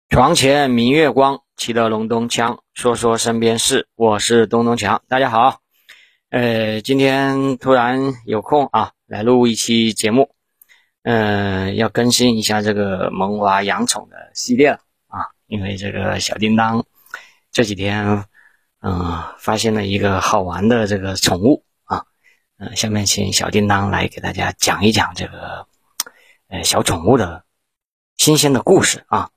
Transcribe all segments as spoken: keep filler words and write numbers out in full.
床前明月光，骑得隆咚锵，说说身边事，我是东东强。大家好，呃，今天突然有空啊，来录一期节目，呃，要更新一下这个萌娃养宠的系列了啊，因为这个小叮当这几天，嗯、呃，发现了一个好玩的这个宠物啊，呃，下面请小叮当来给大家讲一讲这个，呃，小宠物的新鲜的故事啊。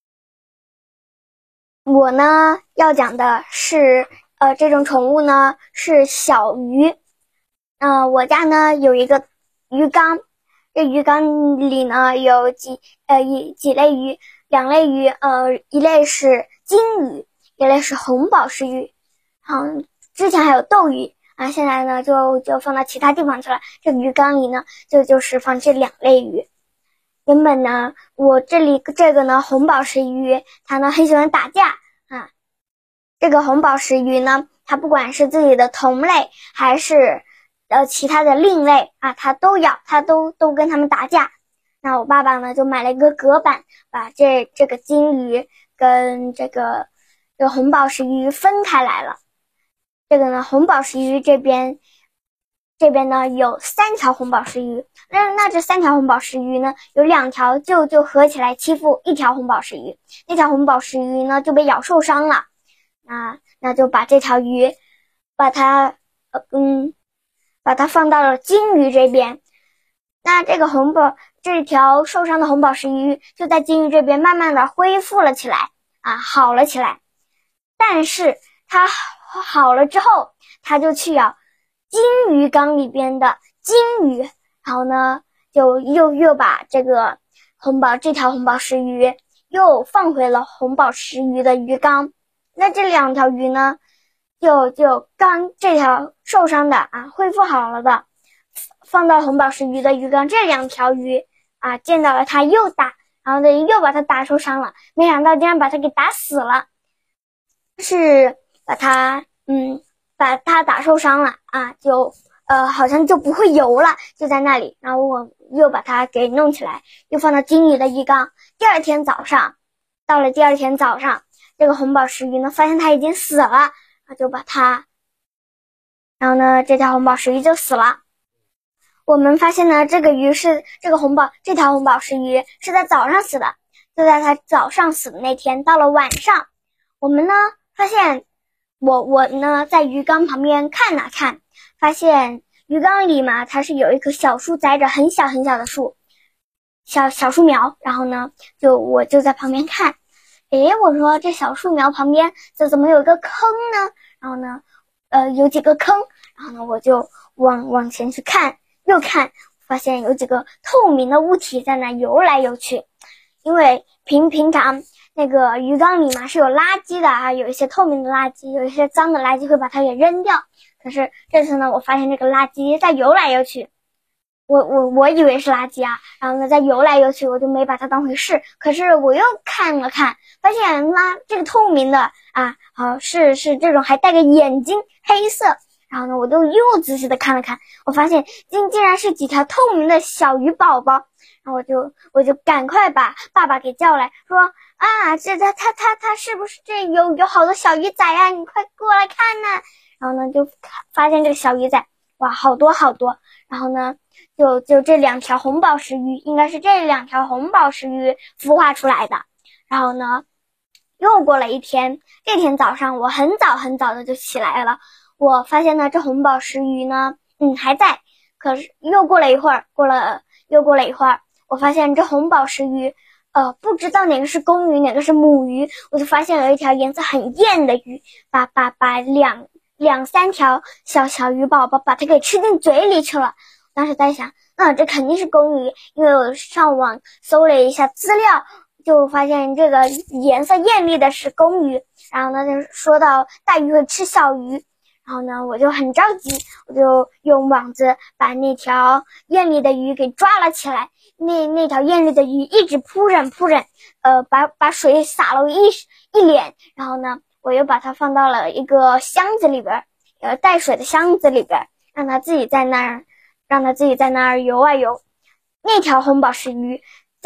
我呢要讲的是，呃，这种宠物呢是小鱼。呃，我家呢有一个鱼缸，这鱼缸里呢有几呃一几类鱼，两类鱼，呃，一类是金鱼，一类是红宝石鱼。嗯，之前还有斗鱼啊，现在呢就就放到其他地方去了。这个鱼缸里呢就就是放这两类鱼。原本呢，我这里这个呢红宝石鱼，它呢很喜欢打架啊。这个红宝石鱼呢，它不管是自己的同类还是呃其他的另类啊，它都咬，它都都跟它们打架。那我爸爸呢就买了一个隔板，把这这个金鱼跟这个这个红宝石鱼分开来了。这个呢红宝石鱼这边。这边呢有三条红宝石鱼，那那这三条红宝石鱼呢，有两条就就合起来欺负一条红宝石鱼，那条红宝石鱼呢就被咬受伤了，那那就把这条鱼，把它呃嗯，把它放到了金鱼这边，那这个红宝这条受伤的红宝石鱼就在金鱼这边慢慢的恢复了起来啊，好了起来，但是它好了之后，它就去咬金鱼缸里边的金鱼，然后呢，就又又把这个红宝这条红宝石鱼又放回了红宝石鱼的鱼缸。那这两条鱼呢，就就刚这条受伤的啊恢复好了的，放到红宝石鱼的鱼缸，这两条鱼啊见到了它又打，然后呢又把它打受伤了，没想到竟然把它给打死了，是把它嗯。把它打受伤了啊，就呃好像就不会游了，就在那里，然后我又把它给弄起来，又放到金鱼的鱼缸。第二天早上，到了第二天早上，这个红宝石鱼呢发现它已经死了，就把它，然后呢这条红宝石鱼就死了。我们发现呢这个鱼是这个红宝这条红宝石鱼是在早上死的，就在它早上死的那天，到了晚上，我们呢发现。我我呢在鱼缸旁边看了看，发现鱼缸里嘛，它是有一棵小树栽着很小很小的树，小小树苗。然后呢，就我就在旁边看，诶，我说这小树苗旁边这怎么有一个坑呢？然后呢，呃，有几个坑。然后呢，我就往往前去看，又看，发现有几个透明的物体在那游来游去，因为平平常。那个鱼缸里嘛是有垃圾的啊，有一些透明的垃圾，有一些脏的垃圾会把它给扔掉。可是这次呢，我发现这个垃圾在游来游去，我我我以为是垃圾啊，然后呢在游来游去，我就没把它当回事。可是我又看了看，发现垃这个透明的啊，好是是这种还带个眼睛，黑色。然后呢，我就又仔细的看了看，我发现竟竟然是几条透明的小鱼宝宝。然后我就我就赶快把爸爸给叫来，说啊，这他他他他是不是这有有好多小鱼仔啊？你快过来看呐！然后呢，就发现这个小鱼仔，哇，好多好多。然后呢，就就这两条红宝石鱼，应该是这两条红宝石鱼孵化出来的。然后呢，又过了一天，这天早上我很早很早的就起来了，我发现呢，这红宝石鱼呢，嗯，还在。可是又过了一会儿，过了又过了一会儿。我发现这红宝石鱼，呃，不知道哪个是公鱼，哪个是母鱼，我就发现有一条颜色很艳的鱼，把把把两两三条小小鱼宝宝把它给吃进嘴里去了。当时在想，嗯，这肯定是公鱼，因为我上网搜了一下资料，就发现这个颜色艳丽的是公鱼。然后呢，就说到大鱼会吃小鱼。然后呢，我就很着急，我就用网子把那条艳丽的鱼给抓了起来。那那条艳丽的鱼一直扑忍扑忍，呃，把把水洒了一一脸。然后呢，我又把它放到了一个箱子里边，呃，带水的箱子里边，让它自己在那儿，让它自己在那儿游啊游。那条红宝石鱼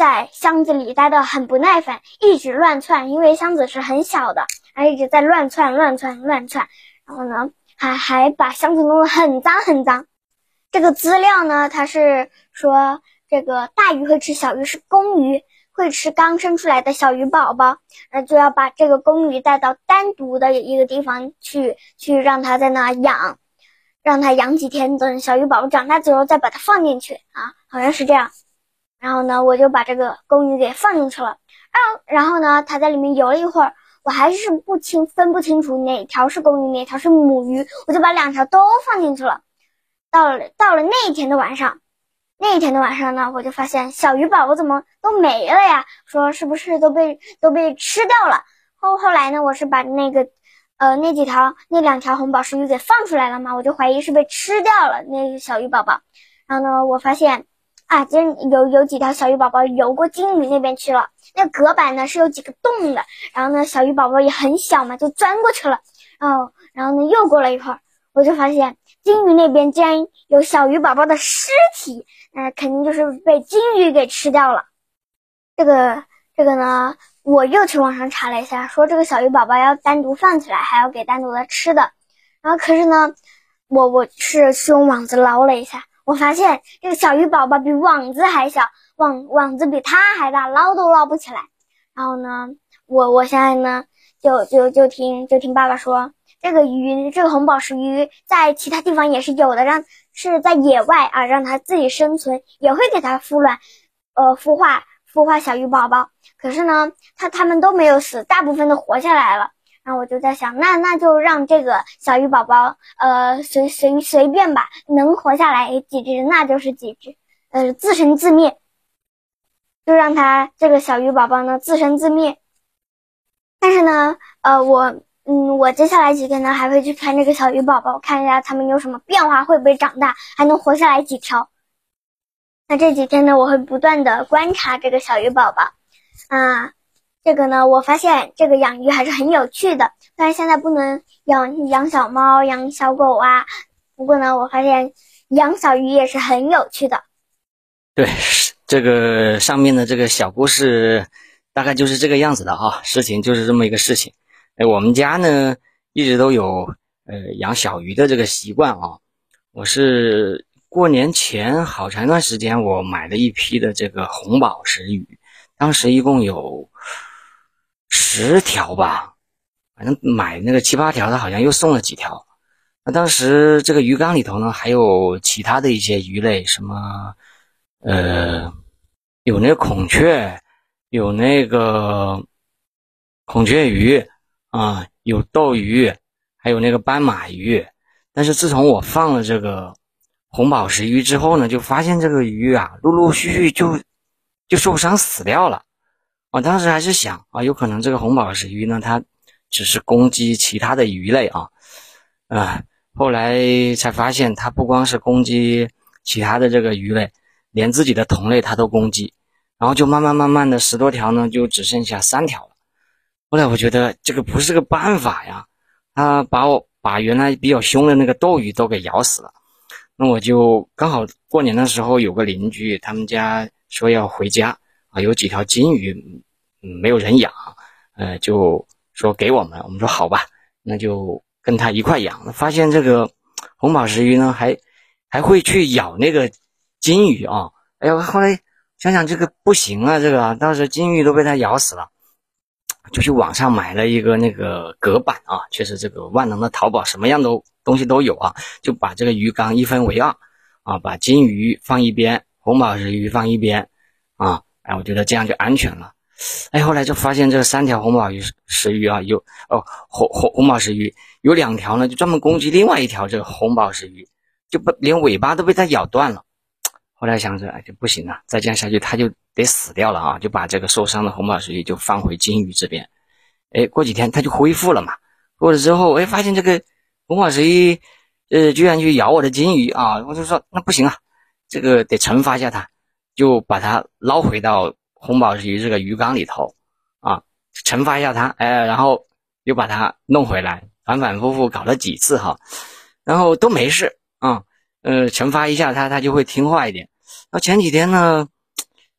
在箱子里待得很不耐烦，一直乱窜，因为箱子是很小的，它一直在乱窜乱窜乱窜，然后呢还还把箱子弄得很脏很脏。这个资料呢，它是说这个大鱼会吃小鱼是公鱼，会吃刚生出来的小鱼宝宝，那就要把这个公鱼带到单独的一个地方去，去让它在那养，让它养几天，等小鱼宝宝长大之后再把它放进去啊，好像是这样。然后呢，我就把这个公鱼给放进去了，然后呢，它在里面游了一会儿，我还是不清分不清楚哪条是公鱼，哪条是母鱼，我就把两条都放进去了。到了到了那一天的晚上，那一天的晚上呢，我就发现小鱼宝宝怎么都没了呀？说是不是都被都被吃掉了？后后来呢，我是把那个呃那几条那两条红宝石鱼给放出来了嘛，我就怀疑是被吃掉了那个小鱼宝宝。然后呢，我发现啊，真有有几条小鱼宝宝游过金鱼那边去了。那隔板呢是有几个洞的，然后呢小鱼宝宝也很小嘛，就钻过去了。然后然后呢又过了一会儿，我就发现金鱼那边竟然有小鱼宝宝的尸体，那、呃、肯定就是被金鱼给吃掉了。这个这个呢，我又去网上查了一下，说这个小鱼宝宝要单独放起来，还要给单独的吃的。然后可是呢，我我是去用网子捞了一下，我发现这个小鱼宝宝比网子还小，网网子比它还大，捞都捞不起来。然后呢，我我现在呢就就就听就听爸爸说，这个鱼，这个红宝石鱼在其他地方也是有的，让是在野外啊，让它自己生存，也会给它孵卵，呃，孵化孵化小鱼宝宝。可是呢，它它们都没有死，大部分都活下来了。然后我就在想，那那就让这个小鱼宝宝，呃，随随随便吧，能活下来几只那就是几只，呃，自生自灭，就让它这个小鱼宝宝呢自生自灭。但是呢，呃，我。嗯，我接下来几天呢还会去看这个小鱼宝宝，看一下它们有什么变化，会不会长大，还能活下来几条。那这几天呢，我会不断的观察这个小鱼宝宝。啊，这个呢，我发现这个养鱼还是很有趣的。但是现在不能养养小猫、养小狗啊。不过呢，我发现养小鱼也是很有趣的。 对，这个上面的这个小故事大概就是这个样子的啊，事情就是这么一个事情。哎，我们家呢一直都有呃养小鱼的这个习惯啊。我是过年前好长一段时间，我买了一批的这个红宝石鱼，当时一共有十条吧，反正买那个七八条，他好像又送了几条。那当时这个鱼缸里头呢，还有其他的一些鱼类，什么呃有那个孔雀，有那个孔雀鱼。啊，有斗鱼，还有那个斑马鱼。但是自从我放了这个红宝石鱼之后呢，就发现这个鱼啊，陆陆续续就就受伤死掉了。我当时还是想啊，有可能这个红宝石鱼呢，它只是攻击其他的鱼类啊。啊，后来才发现，它不光是攻击其他的这个鱼类，连自己的同类它都攻击。然后就慢慢慢慢的十多条呢，就只剩下三条了。后来我觉得这个不是个办法呀，他把我把原来比较凶的那个斗鱼都给咬死了。那我就刚好过年的时候有个邻居，他们家说要回家啊，有几条金鱼，嗯，没有人养，呃，就说给我们，我们说好吧，那就跟他一块养。发现这个红宝石鱼呢，还还会去咬那个金鱼啊。哎呀，后来想想这个不行啊，这个当时金鱼都被它咬死了。就去网上买了一个那个隔板啊，确实这个万能的淘宝什么样的东西都有啊，就把这个鱼缸一分为二啊，把金鱼放一边，红宝石鱼放一边啊，哎，我觉得这样就安全了。哎，后来就发现这三条红宝石鱼啊，有哦红红红宝石鱼有两条呢，就专门攻击另外一条这个红宝石鱼，就不连尾巴都被它咬断了。后来想着，哎，就不行了，再这样下去它就得死掉了啊！就把这个受伤的红宝石鱼就放回金鱼这边。哎，过几天它就恢复了嘛。过了之后，哎，发现这个红宝石鱼，呃，居然去咬我的金鱼啊！我就说那不行啊，这个得惩罚一下它，就把它捞回到红宝石鱼这个鱼缸里头啊，惩罚一下它，哎，然后又把它弄回来，反反复复搞了几次哈，然后都没事啊。呃，惩罚一下它，它就会听话一点。那前几天呢，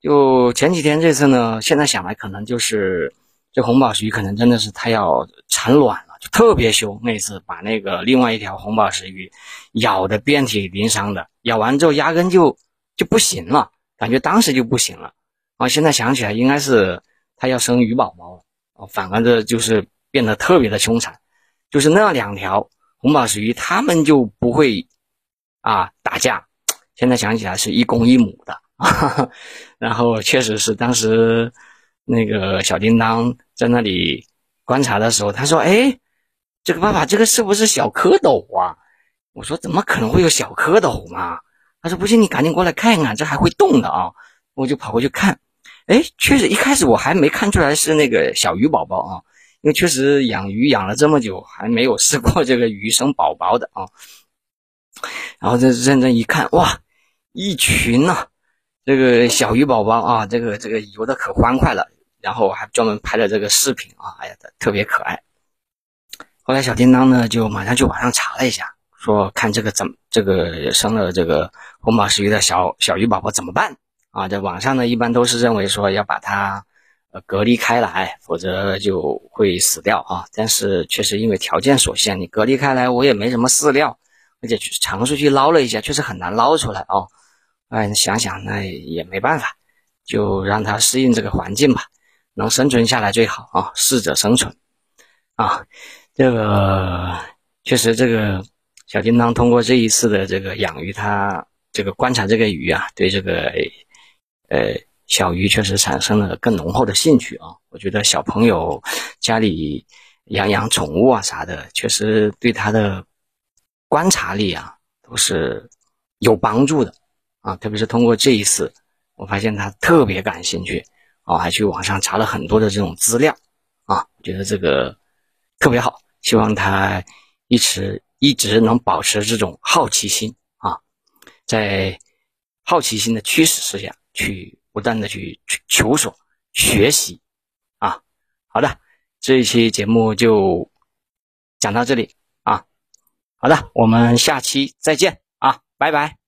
就前几天这次呢，现在想来可能就是这红宝石鱼可能真的是它要产卵了，就特别凶。那次把那个另外一条红宝石鱼咬得遍体鳞伤的，咬完之后压根就就不行了，感觉当时就不行了啊。现在想起来应该是它要生鱼宝宝了啊，反而的就是变得特别的凶残。就是那两条红宝石鱼，它们就不会啊打架。现在想起来是一公一母的。然后确实是当时那个小叮当在那里观察的时候，他说：“哎，这个爸爸，这个是不是小蝌蚪啊？”我说：“怎么可能会有小蝌蚪嘛？”他说：“不信你赶紧过来看看，这还会动的啊！”我就跑过去看，哎，确实一开始我还没看出来是那个小鱼宝宝啊，因为确实养鱼养了这么久，还没有试过这个鱼生宝宝的啊。然后这认真一看，哇，一群啊！这个小鱼宝宝啊，这个这个游的可欢快了，然后还专门拍了这个视频啊，哎呀，特别可爱。后来小叮当呢，就马上去网上查了一下，说看这个怎么这个生了这个红宝石鱼的小小鱼宝宝怎么办啊？在网上呢，一般都是认为说要把它呃隔离开来，否则就会死掉啊。但是确实因为条件所限，你隔离开来，我也没什么饲料，而且去尝试去捞了一下，确实很难捞出来啊。哎，想想那也没办法，就让它适应这个环境吧，能生存下来最好啊，适者生存啊。这个确实，这个小叮当通过这一次的这个养鱼，他这个观察这个鱼啊，对这个呃小鱼确实产生了更浓厚的兴趣啊。我觉得小朋友家里养养宠物啊啥的，确实对他的观察力啊都是有帮助的。啊，特别是通过这一次，我发现他特别感兴趣，啊，还去网上查了很多的这种资料，啊，我觉得这个特别好，希望他一直一直能保持这种好奇心啊，在好奇心的驱使之下，去不断的去求索学习啊。好的，这一期节目就讲到这里啊，好的，我们下期再见啊，拜拜。